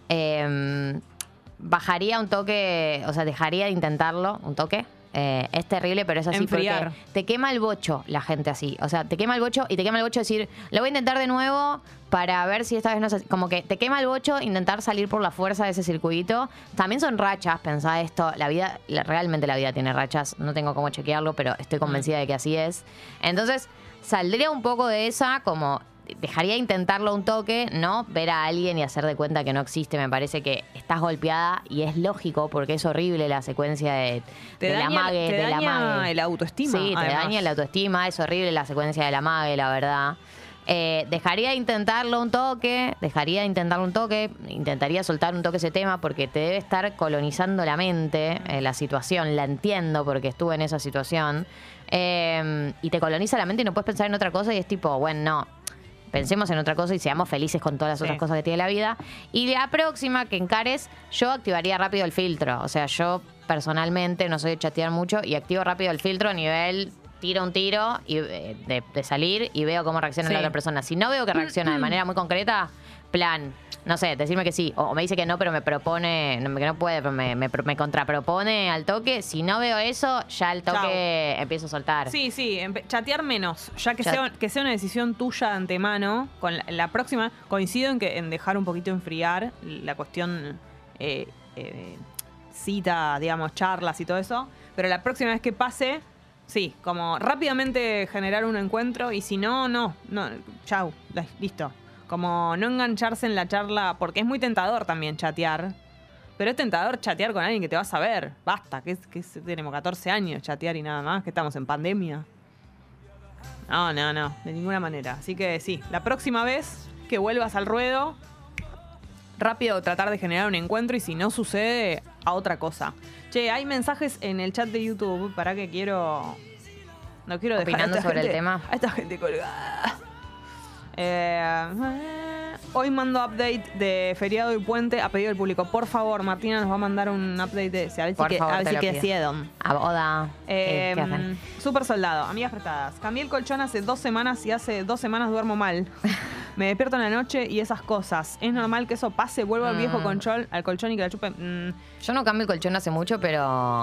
eh, bajaría un toque, o sea, dejaría de intentarlo un toque. Eh, es terrible, pero es así. Enfriar. Porque te quema el bocho la gente así. O sea, te quema el bocho y te quema el bocho decir, lo voy a intentar de nuevo para ver si esta vez no se... Como que te quema el bocho intentar salir por la fuerza de ese circuito. También son rachas, pensá esto. La vida, la- realmente la vida tiene rachas. No tengo cómo chequearlo, pero estoy convencida de que así es. Entonces, saldría un poco de esa como... Dejaría de intentarlo un toque, ¿no? Ver a alguien y hacer de cuenta que no existe. Me parece que estás golpeada y es lógico porque es horrible la secuencia de, Te de la daña, mague, te de la daña mague. el autoestima. Sí, te además. daña la autoestima, es horrible la secuencia de la mague, la verdad. Eh, dejaría de intentarlo un toque, dejaría de intentarlo un toque, intentaría soltar un toque ese tema porque te debe estar colonizando la mente, eh, la situación, la entiendo porque estuve en esa situación. Eh, y te coloniza la mente y no puedes pensar en otra cosa y es tipo, bueno, no. Pensemos en otra cosa y seamos felices con todas las Sí. otras cosas que tiene la vida. Y la próxima que encares, yo activaría rápido el filtro. O sea, yo personalmente no soy de chatear mucho y activo rápido el filtro a nivel tiro un tiro y, eh, de, de salir y veo cómo reacciona Sí. la otra persona. Si no veo que reacciona de manera muy concreta, plan, no sé, decirme que sí. O me dice que no, pero me propone, no, que no puede, pero me, me, me contrapropone al toque. Si no veo eso, ya al toque empiezo a soltar. Sí, sí, empe- chatear menos, ya que Chat- sea, que sea una decisión tuya de antemano. Con la, la próxima, coincido en que en dejar un poquito enfriar la cuestión eh, eh, cita, digamos, charlas y todo eso. Pero la próxima vez que pase, sí, como rápidamente generar un encuentro y si no, no, no, chau, la- listo. Como no engancharse en la charla, porque es muy tentador también chatear. Pero es tentador chatear con alguien que te vas a ver. Basta, que, es, que es- tenemos catorce años chatear y nada más, que estamos en pandemia. No, no, no, de ninguna manera. Así que sí, la próxima vez que vuelvas al ruedo, rápido tratar de generar un encuentro y si no sucede, a otra cosa. Che, hay mensajes en el chat de YouTube para que quiero... No quiero dejar Opinando a esta sobre el gente- tema. A esta gente colgada. Eh, hoy mando update de feriado y puente a pedido del público. Por favor, Martina nos va a mandar un update de ese. A ver si, Por que, favor, a ver te si lo que pido. hicieron. A boda. Eh, ¿Qué hacen? super soldado, amigas prestadas. Cambié el colchón hace dos semanas y hace dos semanas duermo mal. Me despierto en la noche y esas cosas. ¿Es normal que eso pase? Vuelvo al viejo Mm. colchón, al colchón y que la chupe. Mm, Yo no cambio el colchón hace mucho, pero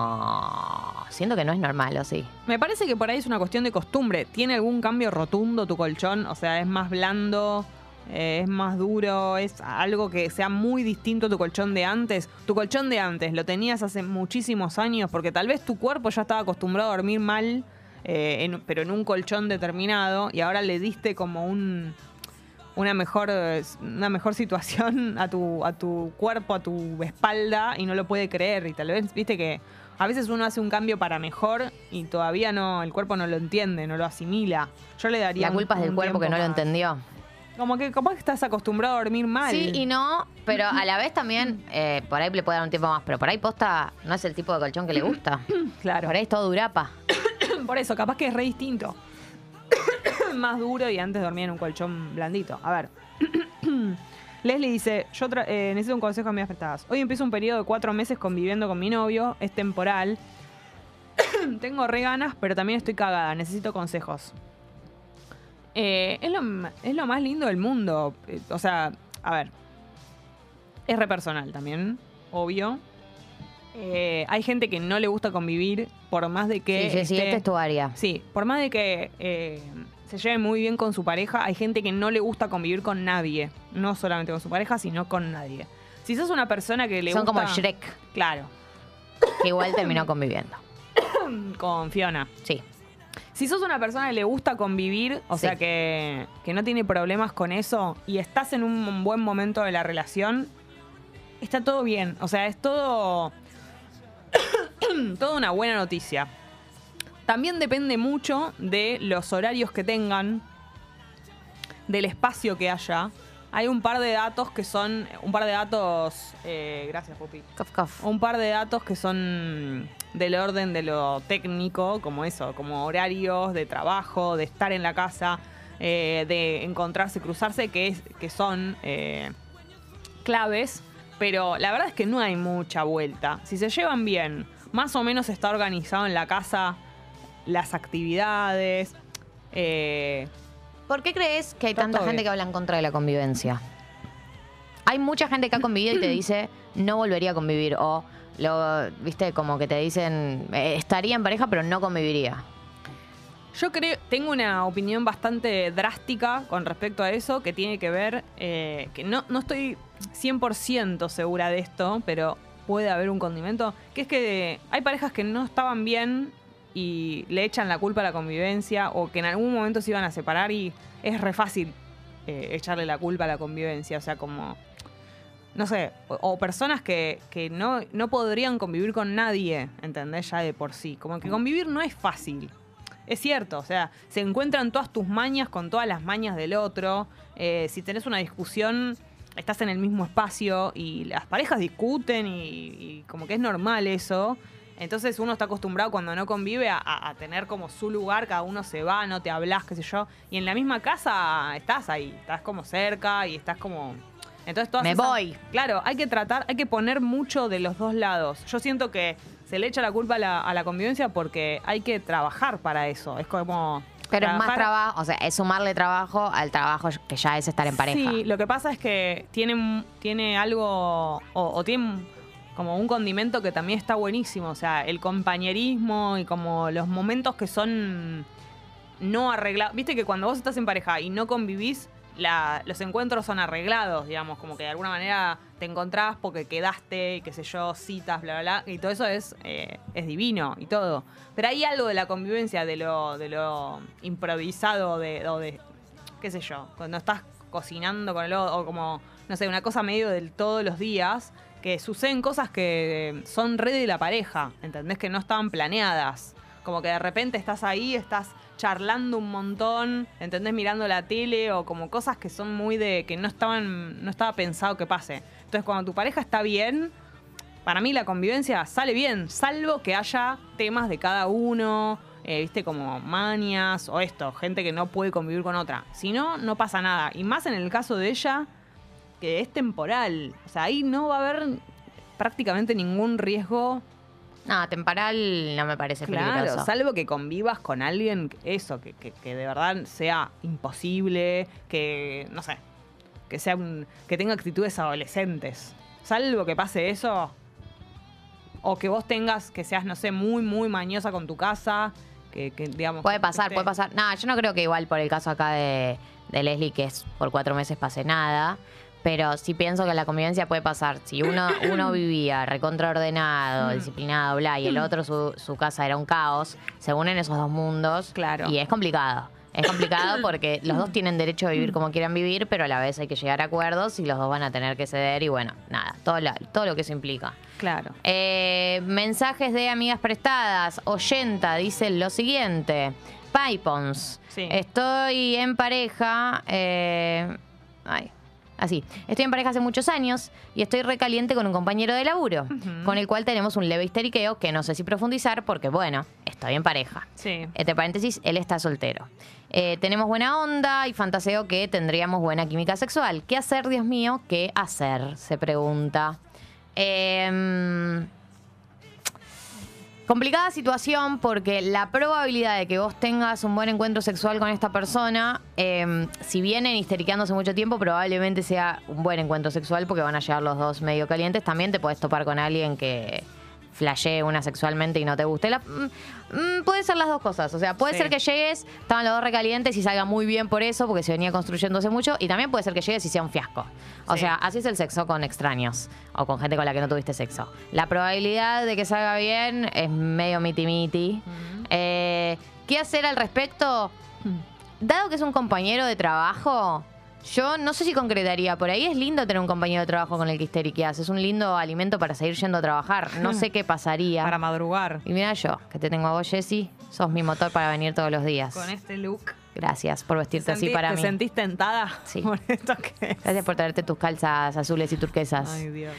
siento que no es normal, ¿o sí? me parece que por ahí es una cuestión de costumbre. ¿Tiene algún cambio rotundo tu colchón? O sea, ¿es más blando? Eh, ¿Es más duro? ¿Es algo que sea muy distinto a tu colchón de antes? Tu colchón de antes lo tenías hace muchísimos años porque tal vez tu cuerpo ya estaba acostumbrado a dormir mal, eh, en- pero en un colchón determinado y ahora le diste como un una mejor eh, una mejor situación a tu a tu cuerpo, a tu espalda y no lo puede creer y tal vez viste que a veces uno hace un cambio para mejor y todavía no el cuerpo no lo entiende, no lo asimila. Yo le daría La un- culpa es del un cuerpo que tiempo no lo más. entendió. Como que capaz que estás acostumbrado a dormir mal. Sí y no, pero a la vez también, eh, por ahí le puede dar un tiempo más, pero por ahí posta no es el tipo de colchón que le gusta. Claro. Por ahí es todo durapa. Por eso, capaz que es re distinto. Más duro y antes dormía en un colchón blandito. A ver. Leslie dice, yo tra- eh, necesito un consejo a mis afectadas. Hoy empiezo un periodo de cuatro meses conviviendo con mi novio. Es temporal. Tengo re ganas, pero también estoy cagada. Necesito consejos. Eh, es, lo, m- es lo más lindo del mundo. Eh, o sea, a ver. Es re personal también, obvio. Eh, hay gente que no le gusta convivir por más de que... Sí, sí, sí, esté- esta es tu área. Sí, por más de que eh, se lleve muy bien con su pareja, hay gente que no le gusta convivir con nadie. No solamente con su pareja, sino con nadie. Si sos una persona que le Son gusta... como Shrek, Claro, que igual terminó conviviendo. con Fiona. Sí. Si sos una persona que le gusta convivir, o Sí. sea, que, que no tiene problemas con eso y estás en un buen momento de la relación, está todo bien. O sea, es todo, toda una buena noticia. También depende mucho de los horarios que tengan, del espacio que haya. Hay un par de datos que son, un par de datos, eh, gracias Pupi, Cof, cof. un par de datos que son del orden de lo técnico, como eso, como horarios de trabajo, de estar en la casa, eh, de encontrarse, cruzarse, que, es, que son eh, claves, pero la verdad es que no hay mucha vuelta. Si se llevan bien, más o menos está organizado en la casa las actividades. Eh, ¿Por qué crees que hay Está tanta todo gente bien. que habla en contra de la convivencia? Hay mucha gente que ha convivido y te dice, no volvería a convivir. O, lo, viste, como que te dicen, eh, estaría en pareja, pero no conviviría. Yo creo, tengo una opinión bastante drástica con respecto a eso, que tiene que ver, eh, que no, no estoy cien por ciento segura de esto, pero puede haber un condimento, que es que hay parejas que no estaban bien y le echan la culpa a la convivencia, o que en algún momento se iban a separar y es re fácil eh, echarle la culpa a la convivencia, o sea, como... No sé, o, o personas que, que no, no podrían convivir con nadie, ¿entendés? Ya de por sí. Como que convivir no es fácil. Es cierto, o sea, se encuentran todas tus mañas con todas las mañas del otro. Eh, si tenés una discusión, estás en el mismo espacio y las parejas discuten y, y como que es normal eso. Entonces uno está acostumbrado cuando no convive a, a- a tener como su lugar, cada uno se va, no te hablas, qué sé yo. Y en la misma casa estás ahí, estás como cerca y estás como... Entonces todas Me esas- voy. Claro, hay que tratar, hay que poner mucho de los dos lados. Yo siento que se le echa la culpa a la, a la convivencia porque hay que trabajar para eso. Es como... Pero es más trabajar- trabajo, o sea, es sumarle trabajo al trabajo que ya es estar en pareja. Sí, lo que pasa es que tiene, tiene algo, o, o tiene como un condimento que también está buenísimo. O sea, el compañerismo y como los momentos que son no arreglados. Viste que cuando vos estás en pareja y no convivís, la- los encuentros son arreglados, digamos, como que de alguna manera te encontrás porque quedaste, y qué sé yo, citas, bla, bla, bla, y todo eso es, eh, es divino y todo. Pero hay algo de la convivencia, de lo, de lo improvisado, de, o de, qué sé yo, cuando estás cocinando con el otro, o como, no sé, una cosa medio del todos los días, que suceden cosas que son re de la pareja, ¿entendés? Que no estaban planeadas. Como que de repente estás ahí, estás charlando un montón, ¿entendés? Mirando la tele o como cosas que son muy de... que no estaban, no estaba pensado que pase. Entonces cuando tu pareja está bien, para mí la convivencia sale bien, salvo que haya temas de cada uno, eh, viste, como mañas o esto, gente que no puede convivir con otra. Si no, no pasa nada. Y más en el caso de ella, que es temporal. O sea, ahí no va a haber prácticamente ningún riesgo. No, temporal no me parece Claro, peligroso. salvo que convivas con alguien, eso, que, que, que de verdad sea imposible, que, no sé, que sea un, que tenga actitudes adolescentes. Salvo que pase eso, o que vos tengas, que seas, no sé, muy, muy mañosa con tu casa, que, que digamos... Puede que pasar, esté- puede pasar. No, yo no creo que igual por el caso acá de, de Leslie, que es por cuatro meses, pase nada. Pero sí pienso que la convivencia puede pasar. Si uno, uno vivía recontraordenado, disciplinado, bla, y el otro su, su casa era un caos, se unen esos dos mundos. Claro. Y es complicado. Es complicado porque los dos tienen derecho a vivir como quieran vivir, pero a la vez hay que llegar a acuerdos y los dos van a tener que ceder. Y bueno, nada, todo, la- todo lo que eso implica. Claro. Eh, mensajes de amigas prestadas. Oyenta dice lo siguiente. Pipons. Sí. Estoy en pareja. eh, ay. Así. Estoy en pareja hace muchos años y estoy recaliente con un compañero de laburo, con el cual tenemos un leve histeriqueo que no sé si profundizar porque, bueno, estoy en pareja. Sí. Entre paréntesis, él está soltero. Eh, tenemos buena onda y fantaseo que tendríamos buena química sexual. ¿Qué hacer, Dios mío? ¿Qué hacer? Se pregunta. Eh, complicada situación porque la probabilidad de que vos tengas un buen encuentro sexual con esta persona, eh, si vienen histeriqueándose mucho tiempo, probablemente sea un buen encuentro sexual porque van a llegar los dos medio calientes. También te podés topar con alguien que flashee una sexualmente y no te guste. La, mm, mm, pueden ser las dos cosas. O sea, puede Sí. ser que llegues, estaban los dos recalientes y salga muy bien por eso, porque se venía construyéndose mucho. Y también puede ser que llegues y sea un fiasco. O Sí. sea, así es el sexo con extraños o con gente con la que no tuviste sexo. La probabilidad de que salga bien es medio miti-miti. Eh, ¿Qué hacer al respecto? Dado que es un compañero de trabajo, yo no sé si concretaría. Por ahí es lindo tener un compañero de trabajo con el que histeriqueas. Es un lindo alimento para seguir yendo a trabajar. No sé qué pasaría. Para madrugar. Y mira yo, que te tengo a vos, Jessy. Sos mi motor para venir todos los días. Con este look. Gracias por vestirte así Sentí- para ¿Te mí. sentís tentada? Sí. Por esto que es. Gracias por traerte tus calzas azules y turquesas. Ay, Dios.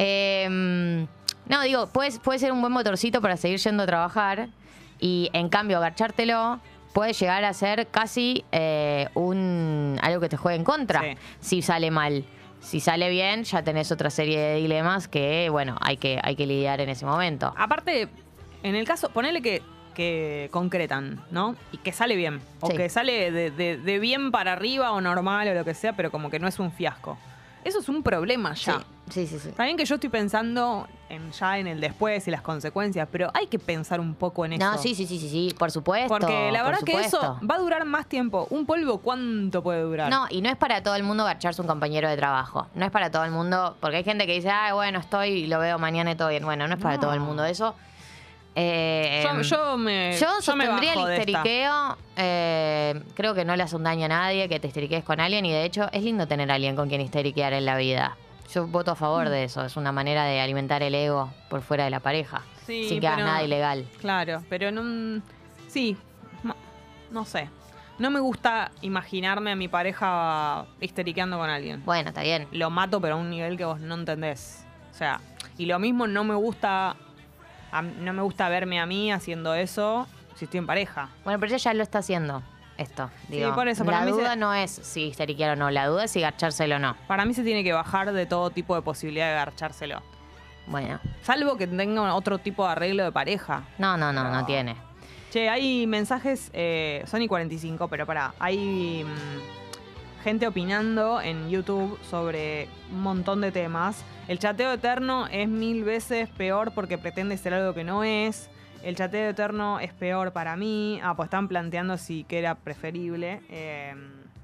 Eh, no, digo, puede, puede ser un buen motorcito para seguir yendo a trabajar. Y en cambio, agachártelo puede llegar a ser casi eh, un algo que te juegue en contra. Sí. Si sale mal. Si sale bien, ya tenés otra serie de dilemas que, bueno, hay que, hay que lidiar en ese momento. Aparte, en el caso, ponele que, que concretan, ¿no? Y que sale bien. O Sí. que sale de, de- de bien para arriba o normal o lo que sea, pero como que no es un fiasco. Eso es un problema ya. Sí, sí, sí. sí. Está bien que yo estoy pensando en, ya en el después y las consecuencias, pero hay que pensar un poco en eso. No, sí, sí, sí, sí, sí, por supuesto. Porque la por verdad que eso supuesto. va a durar más tiempo. ¿Un polvo cuánto puede durar? No, y no es para todo el mundo garcharse un compañero de trabajo. No es para todo el mundo, porque hay gente que dice, ah, bueno, estoy y lo veo mañana y todo bien. Bueno, no es para No. todo el mundo eso. Eh, Yo, yo me. Yo yo me sostendría el bajo de esta. histeriqueo. eh, creo que no le hace un daño a nadie que te histeriquees con alguien. Y de hecho, es lindo tener a alguien con quien histeriquear en la vida. Yo voto a favor de eso. Es una manera de alimentar el ego por fuera de la pareja. Sí, sin que hagas pero- nada ilegal. Claro, pero no. Sí, no, no sé. No me gusta imaginarme a mi pareja histeriqueando con alguien. Bueno, está bien. Lo mato, pero a un nivel que vos no entendés. O sea, y lo mismo no me gusta. a- no me gusta verme a mí haciendo eso si estoy en pareja. Bueno, pero ella ya lo está haciendo, esto. Sí, Digo, por eso, para la mí duda se- no es si histeriquear o no. La duda es si garchárselo o no. Para mí se tiene que bajar de todo tipo de posibilidad de garchárselo. Bueno. Salvo que tenga otro tipo de arreglo de pareja. No, no, no, no Pero- tiene. Che, hay mensajes, eh, son y cuarenta y cinco, pero pará, hay mm, gente opinando en YouTube sobre un montón de temas. El chateo eterno es mil veces peor porque pretende ser algo que no es. El chateo eterno es peor para mí. Ah, pues están planteando si que era preferible. Eh,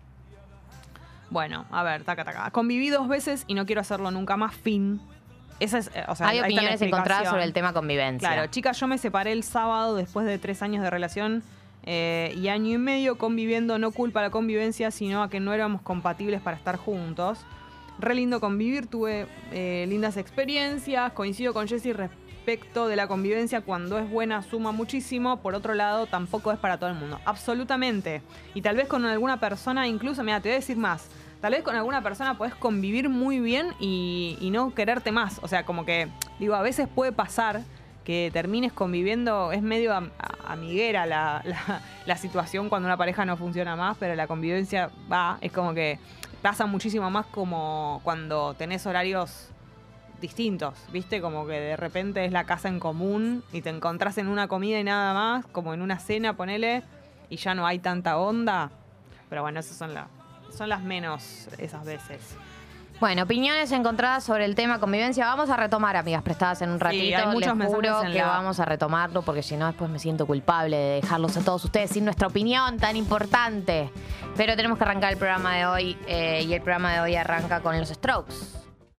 bueno, a ver, taca, taca. Conviví dos veces y no quiero hacerlo nunca más, fin. Esa es, eh, o sea, Hay ahí está la opiniones encontradas explicación. sobre el tema convivencia. Claro, chicas, yo me separé el sábado después de tres años de relación eh, y año y medio conviviendo. No culpa a la convivencia, sino a que no éramos compatibles para estar juntos. Re lindo convivir, tuve eh, lindas experiencias. Coincido con Jessy respecto de la convivencia. Cuando es buena, suma muchísimo. Por otro lado, tampoco es para todo el mundo. Absolutamente. Y tal vez con alguna persona, incluso, mira, te voy a decir más. Tal vez con alguna persona podés convivir muy bien y, y no quererte más. O sea, como que, digo, a veces puede pasar que termines conviviendo, es medio am- a- amiguera la, la, la situación cuando una pareja no funciona más, pero la convivencia va, es como que pasa muchísimo más como cuando tenés horarios distintos, ¿viste? Como que de repente es la casa en común y te encontrás en una comida y nada más, como en una cena, ponele, y ya no hay tanta onda. Pero bueno, esas son, la, son las menos esas veces. Bueno, opiniones encontradas sobre el tema convivencia. Vamos a retomar, amigas prestadas en un ratito. hay muchos Les juro mensajes en que la- vamos a retomarlo porque si no después me siento culpable de dejarlos a todos ustedes sin nuestra opinión tan importante. Pero tenemos que arrancar el programa de hoy eh, y el programa de hoy arranca con los Strokes.